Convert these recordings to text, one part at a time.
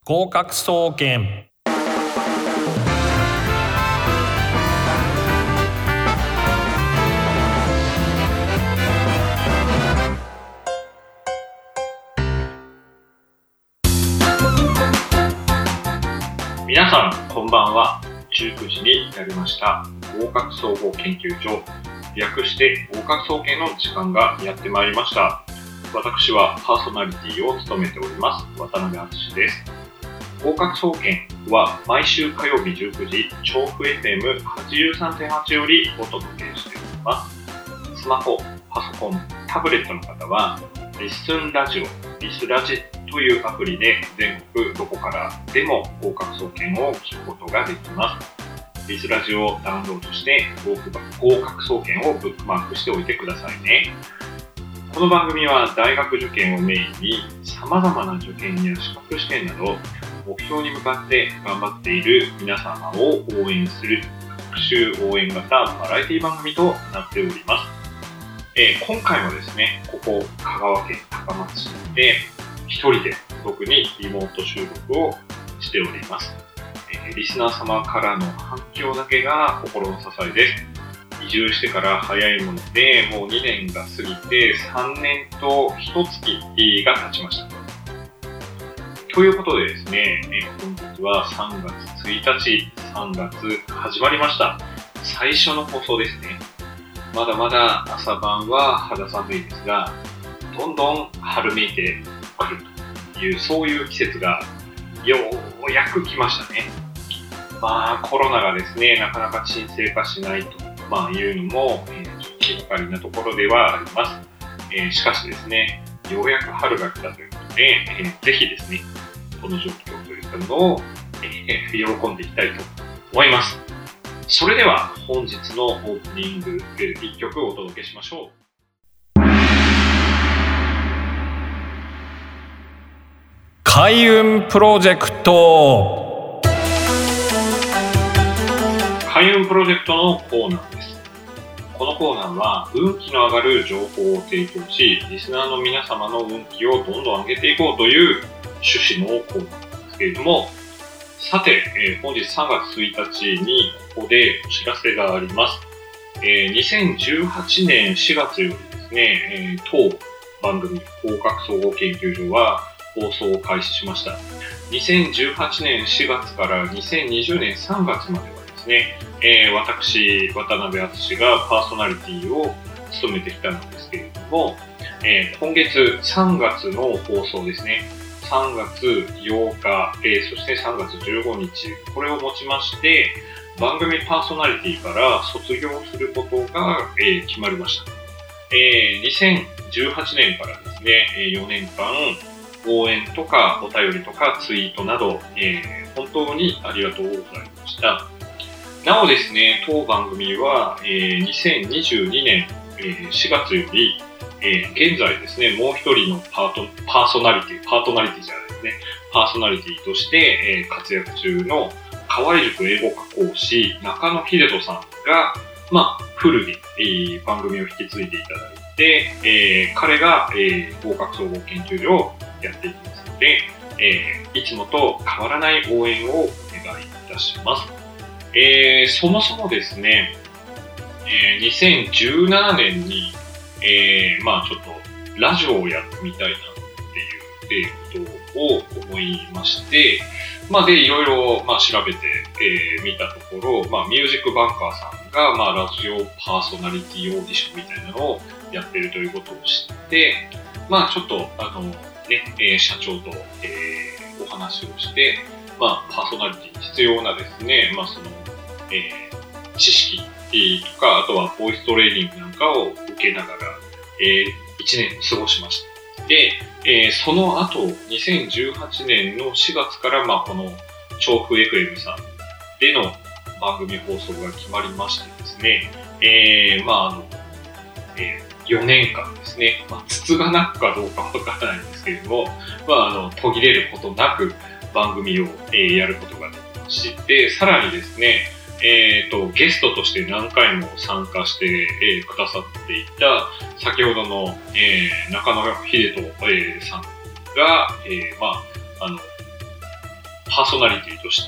合格総研。 皆さんこんばんは。19時になりました。合格総合研究所、略して合格総研の時間がやってまいりました。私はパーソナリティを務めております渡辺敦です。合格総研は毎週火曜日19時調布 FM83.8 よりお届けしております。スマホ、パソコン、タブレットの方はリッスンラジオ、リスラジというアプリで全国どこからでも合格総研を聞くことができます。リスラジをダウンロードして合格総研をブックマークしておいてくださいね。この番組は大学受験をメインに様々な受験や資格試験など目標に向かって頑張っている皆様を応援する学習応援型バラエティ番組となっております。今回もですね、ここ香川県高松市で一人で特にリモート収録をしております。リスナー様からの反響だけが心の支えです。移住してから早いものでもう2年が過ぎて3年と1月が経ちました。ということでですね、本日は3月1日、3月始まりました。最初の放送ですね。まだまだ朝晩は肌寒いですが、どんどん春めいてくるという、そういう季節がようやく来ましたね。コロナがですね、なかなか沈静化しないというのも、気がかりなところではあります。しかしですね、ようやく春が来たということで、ぜひですね、この状況というのを、喜んでいきたいと思います。それでは本日のオープニング1曲お届けしましょう。 開運プロジェクト。 開運プロジェクトのコーナーです。このコーナーは運気の上がる情報を提供し、リスナーの皆様の運気をどんどん上げていこうという趣旨のコーナーなんですけれども、さて、本日3月1日にここでお知らせがあります。2018年4月よりですね、当番組合格総合研究所は放送を開始しました。2018年4月から2020年3月まではですね、私、渡辺敦がパーソナリティを務めてきたのですけれども、今月3月の放送ですね、3月8日、そして3月15日、これをもちまして、番組パーソナリティから卒業することが、決まりました。2018年からですね、4年間、応援とかお便りとかツイートなど、本当にありがとうございました。なおですね、当番組は、2022年、4月より、現在ですね、もう一人のパーソナリティとして、活躍中の河合塾英語科講師中野秀人さんが、フルに、番組を引き継いでいただいて、彼が、合格総合研究所をやっていきますので、いつもと変わらない応援をお願いいたします。そもそもですね、2017年に、ちょっとラジオをやってみたいなっていうことを思いまして、でいろいろ調べてみたところ、ミュージックバンカーさんがラジオパーソナリティオーディションみたいなのをやってるということを知って、ちょっと社長と、お話をして、パーソナリティに必要なですね、知識とか、あとはボイストレーニングなんかを受けながら、1年過ごしました。で、その後、2018年の4月から、この調布 FM さんでの番組放送が決まりましてですね、4年間ですね、つつがなくかどうかわからないんですけれども、途切れることなく番組を、やることができまして、さらにですね、ゲストとして何回も参加して、くださっていた先ほどの、中野秀人、さんが、 パーソナリティとして、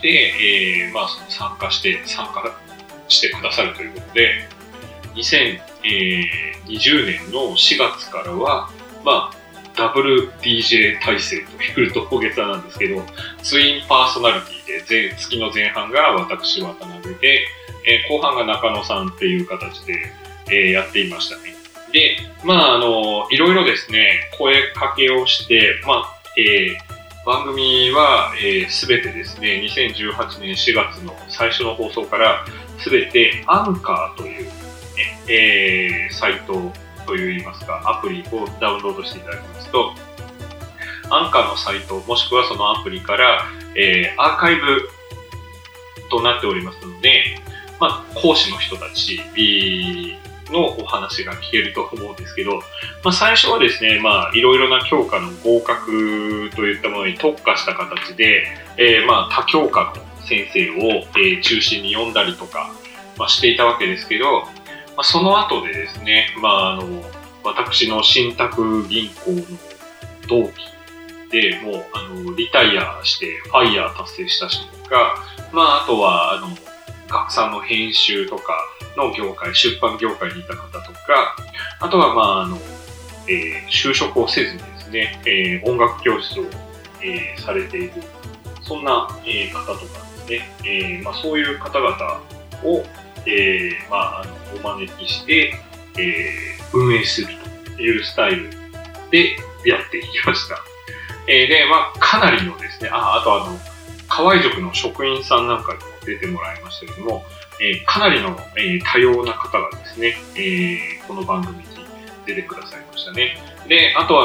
その参加してくださるということで、2020年の4月からは、ダブル DJ 体制というと大げさなんですけど、ツインパーソナリティで、月の前半が私、渡辺で、後半が中野さんっていう形で、やっていましたね。で、いろいろですね、声かけをして、番組はすべてですね、2018年4月の最初の放送からすべてアンカーという、サイトといいますか、アプリをダウンロードしていただきますと、アンカーのサイトもしくはそのアプリから、アーカイブとなっておりますので、講師の人たちのお話が聞けると思うんですけど、最初はですね、いろいろな教科の合格といったものに特化した形で、他教科の先生を、中心に呼んだりとか、していたわけですけど、その後でですね、私の信託銀行の同期でもうリタイアしてファイヤー達成した人とか、あとは学さんの編集とかの業界、出版業界にいた方とか、あとは就職をせずにですね、音楽教室を、されている、そんな、方とかですね、そういう方々を、お招きして、運営するというスタイルでやっていきました。で、かなりのですね、あと河合塾の職員さんなんかにも出てもらいましたけども、かなりの、多様な方がですね、この番組に出てくださいましたね。で、あと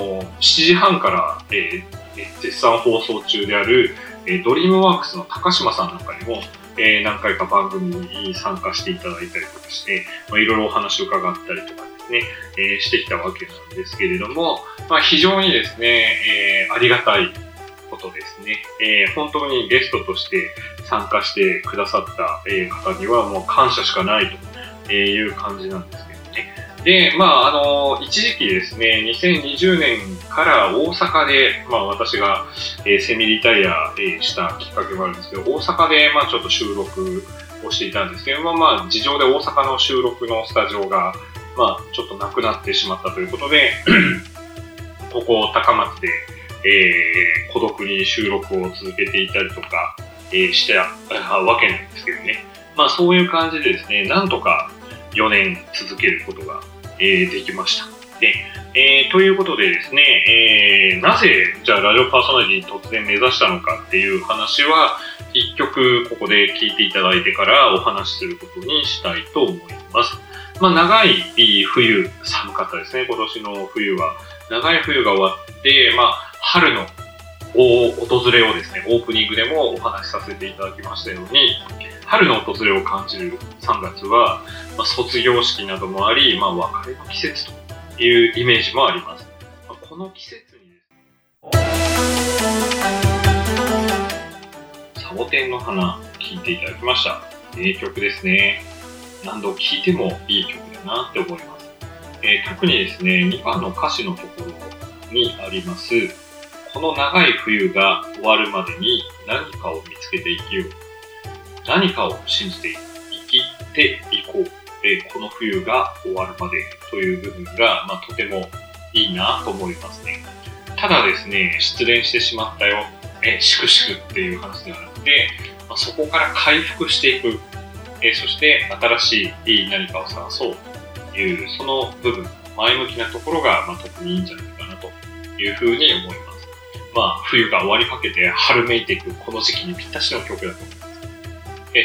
7時半から、絶賛放送中である、ドリームワークスの高島さんなんかにも、何回か番組に参加していただいたりとかして、いろいろお話を伺ったりとかですね、してきたわけなんですけれども、非常にですね、ありがたいことですね、本当にゲストとして参加してくださった、方にはもう感謝しかないという感じなんですけどね。で、一時期ですね、2020年から大阪で、私が、セミリタイア、したきっかけもあるんですけど、大阪で、ちょっと収録をしていたんですけど、事情で大阪の収録のスタジオが、ちょっとなくなってしまったということで、ここ高松で、孤独に収録を続けていたりとか、してたわけなんですけどね。そういう感じでですね、なんとか4年続けることが、できました。で、ということでですね、なぜじゃあラジオパーソナリティ突然目指したのかっていう話は一曲ここで聴いていただいてからお話しすることにしたいと思います。長い冬、寒かったですね。今年の冬は長い冬が終わって、春の訪れをですね、オープニングでもお話しさせていただきましたように、春の訪れを感じる3月は、卒業式などもあり、別れの季節というイメージもあります。この季節にサボテンの花、聴いていただきました。名曲ですね。何度聴いてもいい曲だなって思います。特にですね、2番の歌詞のところにあります、この長い冬が終わるまでに何かを見つけて生きよう。何かを信じて生きていこう。この冬が終わるまでという部分が、とてもいいなと思いますね。ただですね、失恋してしまったよ。しくしくっていう話ではなくて、そこから回復していく。そして新しい何かを探そうという、その部分、前向きなところが、特にいいんじゃないかなというふうに思います。冬が終わりかけて春めいていくこの時期にぴったしの曲だと思います。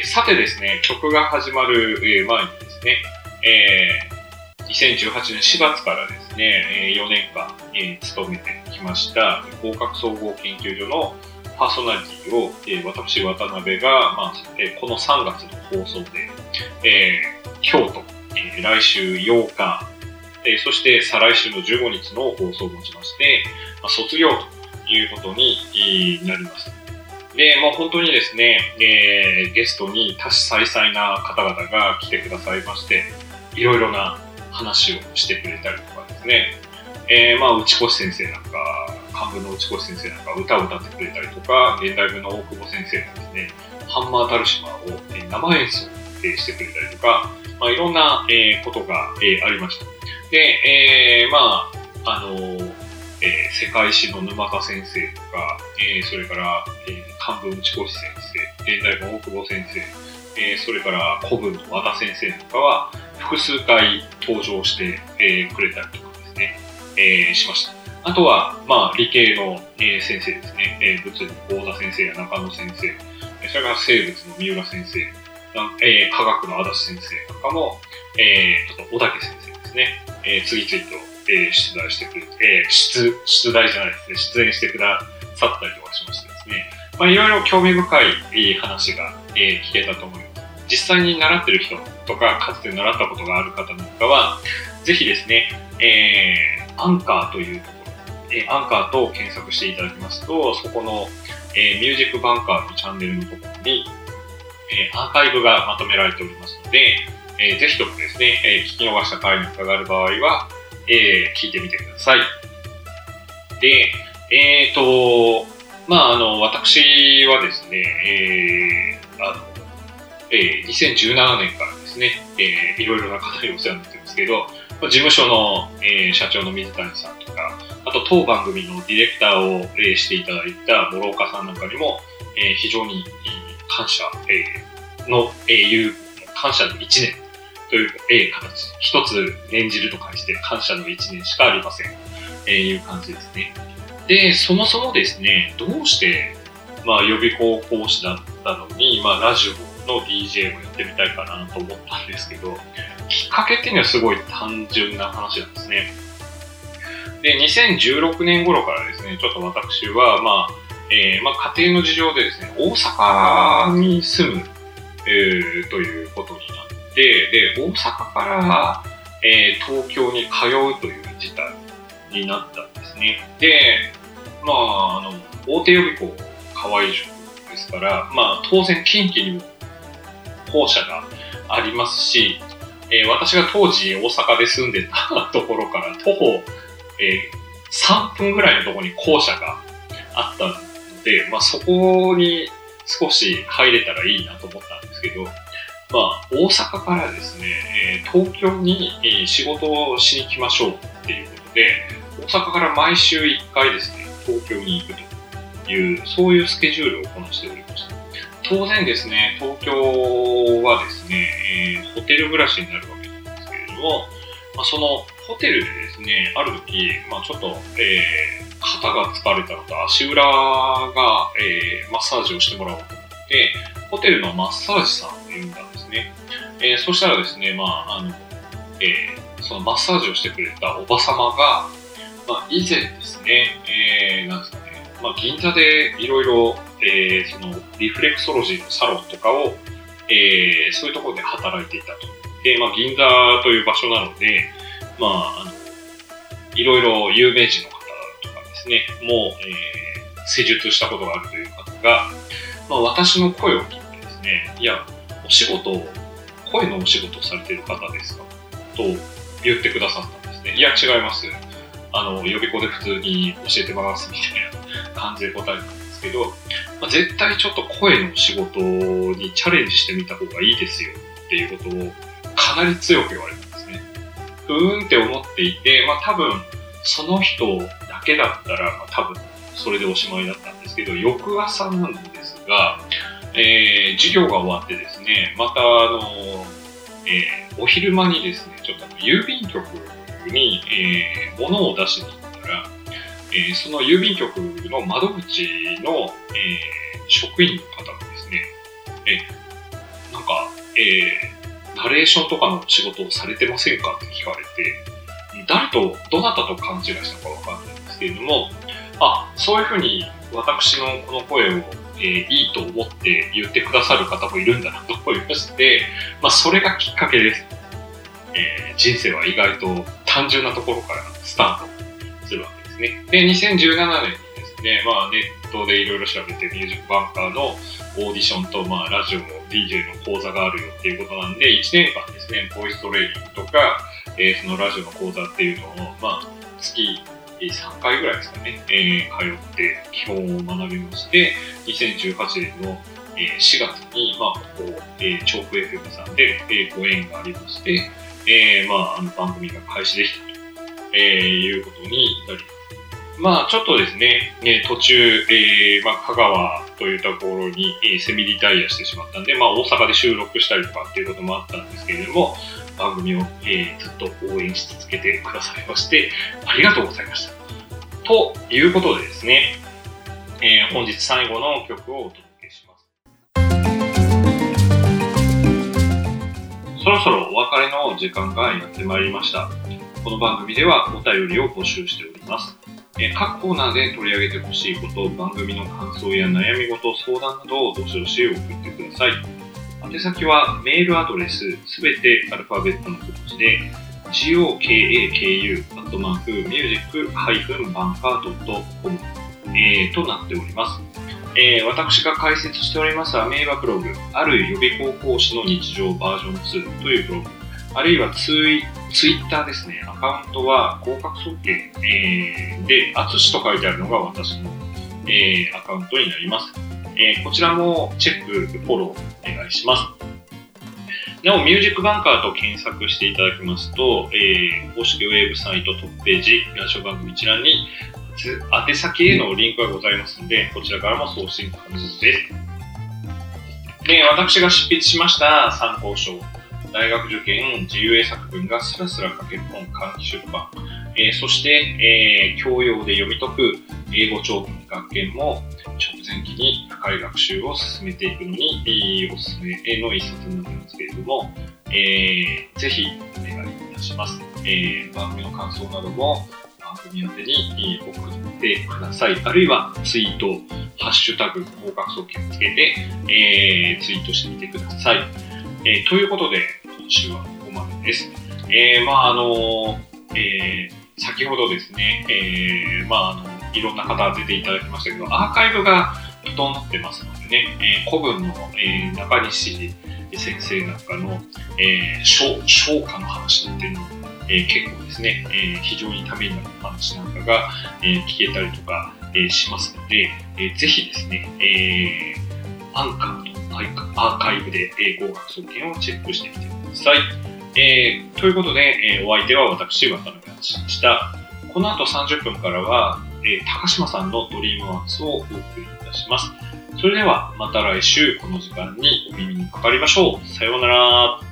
さてですね、曲が始まる前にですね、2018年4月からですね、4年間勤めてきました合格総合研究所のパーソナリティを私渡辺が、この3月の放送で、今日と来週8日、そして再来週の15日の放送をもちまして、卒業ということになります。で、本当にですね、ゲストに多種多彩な方々が来てくださいまして、いろいろな話をしてくれたりとかですね、内越先生なんか、 漢文の内越先生なんか歌を歌ってくれたりとか、現代文の大久保先生がですね、ハンマーダルシマーを生演奏してくれたりとか、いろんなことがありました。で、世界史の沼田先生とか、それから漢文内越先生、現代文大久保先生、それから古文の和田先生とかは複数回登場して、くれたりとかですね、しました。あとは、理系の、先生ですね、物理の大田先生や中野先生、それから生物の三浦先生、科学の足立先生なんかも、小竹先生ですね、次々と、出題してくれて、出題じゃないですね、出演してくださったりとかしましてですね、いろいろ興味深い話が、聞けたと思います。実際に習ってる人とか、かつて習ったことがある方なんかは、ぜひですね、アンカーというところ、アンカーと検索していただきますと、そこの、ミュージックバンカーのチャンネルのところに、アーカイブがまとめられておりますので、ぜひともですね、聞き逃した回なんかがある場合は、聞いてみてください。で、私はですね、2017年からですね、いろいろな方にお世話になってるんですけど、事務所の、社長の水谷さんとか、あと当番組のディレクターを、していただいた諸岡さんなんかにも、非常に感謝、感謝の1年という形、一つ念じると返して感謝の1年しかありません、いう感じですね。で、そもそもですね、どうして、予備校講師だったのに、ラジオの DJ をやってみたいかなと思ったんですけど、きっかけっていうのはすごい単純な話なんですね。で、2016年頃からですね、ちょっと私は、家庭の事情でですね、大阪に住む、ということになって、で、大阪から、東京に通うという事態になったんですね。で、大手予備校河合塾ですから、当然近畿にも校舎がありますし、私が当時大阪で住んでたところから徒歩、3分ぐらいのところに校舎があったので、そこに少し入れたらいいなと思ったんですけど、大阪からですね、東京に仕事をしに来ましょうっていうことで、大阪から毎週1回ですね、東京に行くという、そういうスケジュールをこなしておりました。当然ですね、東京はですね、ホテル暮らしになるわけなんですけれども、そのホテルでですね、ある時、ちょっと、肩が疲れたのと足裏が、マッサージをしてもらおうと思って、ホテルのマッサージさんを呼んだんですね。そしたらですね、そのマッサージをしてくれたおばさまが、以前ですね、銀座でいろいろそのリフレクソロジーのサロンとかを、そういうところで働いていたと。で、銀座という場所なので、いろいろ有名人の方とかですね、もう、施術したことがあるという方が、私の声を聞いてですね、いや、声のお仕事をされている方ですかと言ってくださったんですね。いや、違います。予備校で普通に教えてますみたいな感じで答えたんですけど、絶対ちょっと声の仕事にチャレンジしてみた方がいいですよっていうことをかなり強く言われたんですね。って思っていて、多分その人だけだったら、多分それでおしまいだったんですけど、翌朝なんですが、授業が終わってですね、またお昼間にですね、ちょっと郵便局に、物を出しに行ったら、その郵便局の窓口の、職員の方がですね、ナレーションとかの仕事をされてませんかって聞かれて、どなたと勘違いしたのかわかんないんですけれども、そういうふうに私のこの声を、いいと思って言ってくださる方もいるんだなと思いまして、それがきっかけです。人生は意外と単純なところからスタートするわけですね。で、2017年にですね、ネットでいろいろ調べてミュージックバンカーのオーディションと、ラジオの DJ の講座があるよっていうことなんで、1年間ですね、ボイストレーニングとか、そのラジオの講座っていうのを、月、 3回ぐらいですかね、通って基本を学びまして、2018年の4月に、ここ、調布 FM さんでご縁がありまして、番組が開始できたということになります。ちょっとですね、途中、香川というところにセミリタイアしてしまったんで、大阪で収録したりとかっていうこともあったんですけれども、番組を、ずっと応援し続けてくださいまして、ありがとうございました。ということでですね、本日最後の曲をお届けします。そろそろお別れの時間がやってまいりました。この番組ではお便りを募集しております。各コーナーで取り上げてほしいこと、番組の感想や悩み事、相談などをどしどし送ってください。宛先はメールアドレスすべてアルファベットの小文字で gokaku@music-banker.com となっております。私が解説しておりますアメーバブログ、ある予備校講師の日常バージョン2というブログ、あるいはツイッターですね、アカウントは合格総研、で、あつしと書いてあるのが私の、アカウントになります。こちらもチェック、フォローお願いします。なお、ミュージックバンカーと検索していただきますと、公式ウェブサイトトップページ、ラジオ番組一覧に宛先へのリンクがございますので、こちらからも送信可能です。で、私が執筆しました参考書、大学受験自由英作文がスラスラ書ける本換気出版、そして、教養で読み解く英語長文学研も直前期に深い学習を進めていくのにおすすめの一冊になってますけれども、ぜひお願いいたします。番組の感想なども番組宛てに送ってください。あるいはツイート、ハッシュタグ合格総研をつけて、ツイートしてみてください。ということで、今週はここまでです。先ほどですね、いろんな方出ていただきましたけど、アーカイブが整ってますのでね、古文の、中西先生なんかの、唱歌の話なんていうのも、結構ですね、非常にためになる話なんかが、聞けたりとか、しますので、ぜひですね、アンカーとアーカイブで合格総研をチェックしてみてください。ということで、お相手は私、渡辺敦でした。この後30分からは、高島さんのドリームワークスをお送りいたします。それではまた来週この時間にお耳にかかりましょう。さようなら。